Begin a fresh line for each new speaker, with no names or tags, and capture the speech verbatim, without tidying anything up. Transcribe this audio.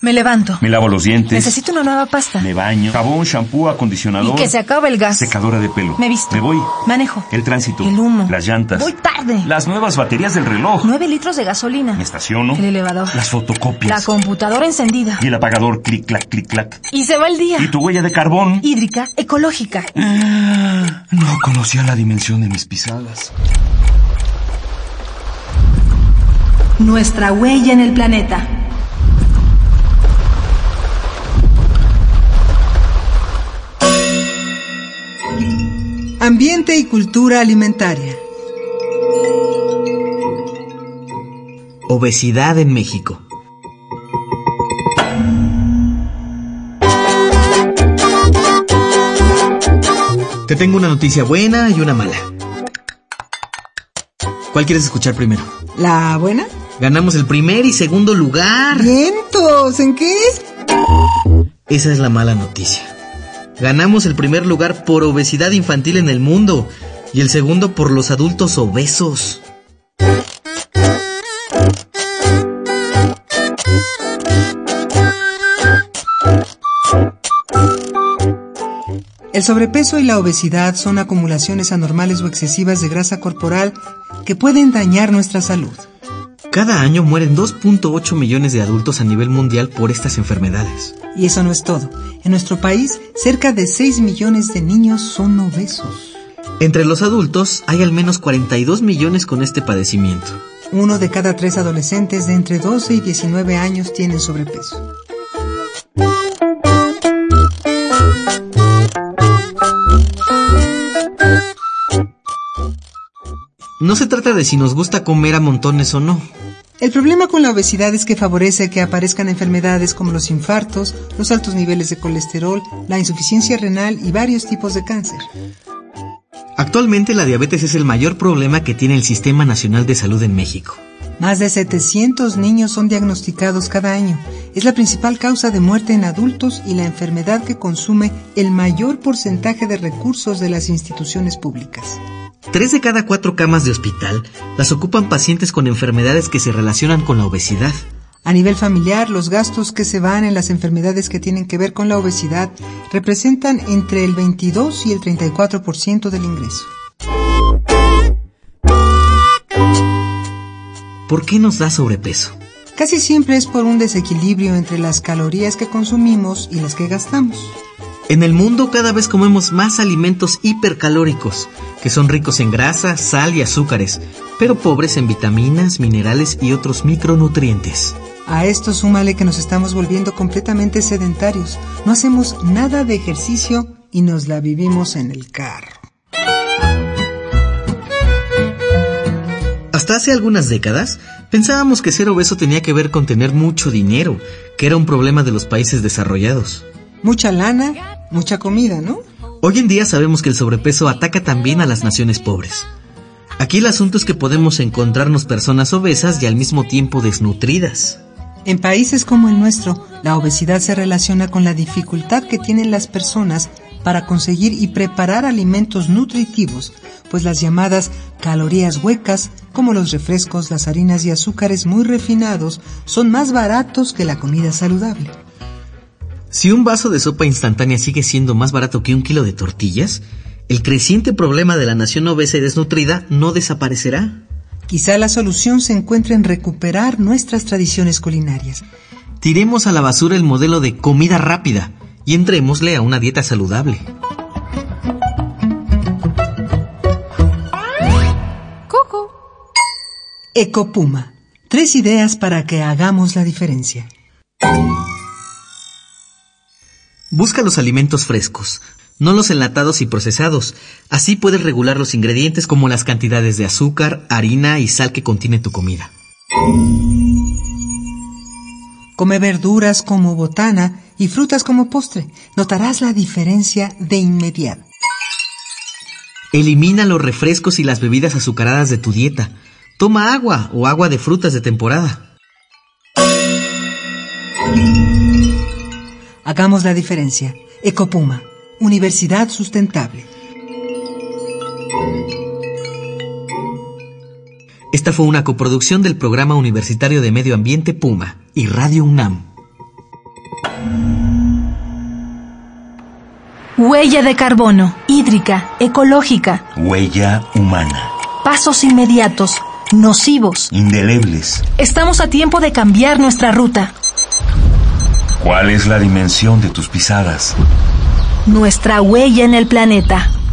Me levanto.
Me lavo los dientes.
Necesito una nueva pasta.
Me baño. Jabón, shampoo, acondicionador.
Y que se acabe el gas.
Secadora de pelo.
Me visto.
Me voy.
Manejo.
El tránsito.
El humo.
Las llantas.
Voy tarde.
Las nuevas baterías del reloj.
Nueve litros de gasolina.
Me estaciono.
El elevador.
Las fotocopias.
La computadora encendida.
Y el apagador clic, clac, clic, clac.
Y se va el día.
Y tu huella de carbón.
Hídrica, ecológica.
Ah, no conocía la dimensión de mis pisadas.
Nuestra huella en el planeta.
Ambiente y cultura alimentaria.
Obesidad en México. Te tengo una noticia buena y una mala. ¿Cuál quieres escuchar primero?
¿La buena?
Ganamos el primer y segundo lugar.
¡Vientos! ¿En qué?
Esa es la mala noticia. Ganamos el primer lugar por obesidad infantil en el mundo y el segundo por los adultos obesos.
El sobrepeso y la obesidad son acumulaciones anormales o excesivas de grasa corporal que pueden dañar nuestra salud.
Cada año mueren dos punto ocho millones de adultos a nivel mundial por estas enfermedades.
Y eso no es todo. En nuestro país, cerca de seis millones de niños son obesos.
Entre los adultos hay al menos cuarenta y dos millones con este padecimiento.
Uno de cada tres adolescentes de entre doce y diecinueve años tienen sobrepeso.
No se trata de si nos gusta comer a montones o no.
El problema con la obesidad es que favorece que aparezcan enfermedades como los infartos, los altos niveles de colesterol, la insuficiencia renal y varios tipos de cáncer.
Actualmente la diabetes es el mayor problema que tiene el Sistema Nacional de Salud en México.
Más de setecientos niños son diagnosticados cada año. Es la principal causa de muerte en adultos y la enfermedad que consume el mayor porcentaje de recursos de las instituciones públicas.
Tres de cada cuatro camas de hospital las ocupan pacientes con enfermedades que se relacionan con la obesidad.
A nivel familiar, los gastos que se van en las enfermedades que tienen que ver con la obesidad representan entre el veintidós y el treinta y cuatro por ciento del ingreso.
¿Por qué nos da sobrepeso?
Casi siempre es por un desequilibrio entre las calorías que consumimos y las que gastamos.
En el mundo cada vez comemos más alimentos hipercalóricos, que son ricos en grasa, sal y azúcares, pero pobres en vitaminas, minerales y otros micronutrientes.
A esto súmale que nos estamos volviendo completamente sedentarios. No hacemos nada de ejercicio y nos la vivimos en el carro.
Hasta hace algunas décadas, pensábamos que ser obeso tenía que ver con tener mucho dinero, que era un problema de los países desarrollados.
Mucha lana, mucha comida, ¿no?
Hoy en día sabemos que el sobrepeso ataca también a las naciones pobres. Aquí el asunto es que podemos encontrarnos personas obesas y al mismo tiempo desnutridas.
En países como el nuestro, la obesidad se relaciona con la dificultad que tienen las personas para conseguir y preparar alimentos nutritivos, pues las llamadas calorías huecas, como los refrescos, las harinas y azúcares muy refinados, son más baratos que la comida saludable.
Si un vaso de sopa instantánea sigue siendo más barato que un kilo de tortillas, el creciente problema de la nación obesa y desnutrida no desaparecerá.
Quizá la solución se encuentre en recuperar nuestras tradiciones culinarias.
Tiremos a la basura el modelo de comida rápida y entrémosle a una dieta saludable.
Coco.
Ecopuma. Tres ideas para que hagamos la diferencia.
Busca los alimentos frescos, no los enlatados y procesados. Así puedes regular los ingredientes como las cantidades de azúcar, harina y sal que contiene tu comida.
Come verduras como botana y frutas como postre. Notarás la diferencia de inmediato.
Elimina los refrescos y las bebidas azucaradas de tu dieta. Toma agua o agua de frutas de temporada.
Hagamos la diferencia. Ecopuma, Universidad Sustentable.
Esta fue una coproducción del Programa Universitario de Medio Ambiente Puma y Radio UNAM.
Huella de carbono, hídrica, ecológica.
Huella humana.
Pasos inmediatos, nocivos.
Indelebles.
Estamos a tiempo de cambiar nuestra ruta.
¿Cuál es la dimensión de tus pisadas?
Nuestra huella en el planeta.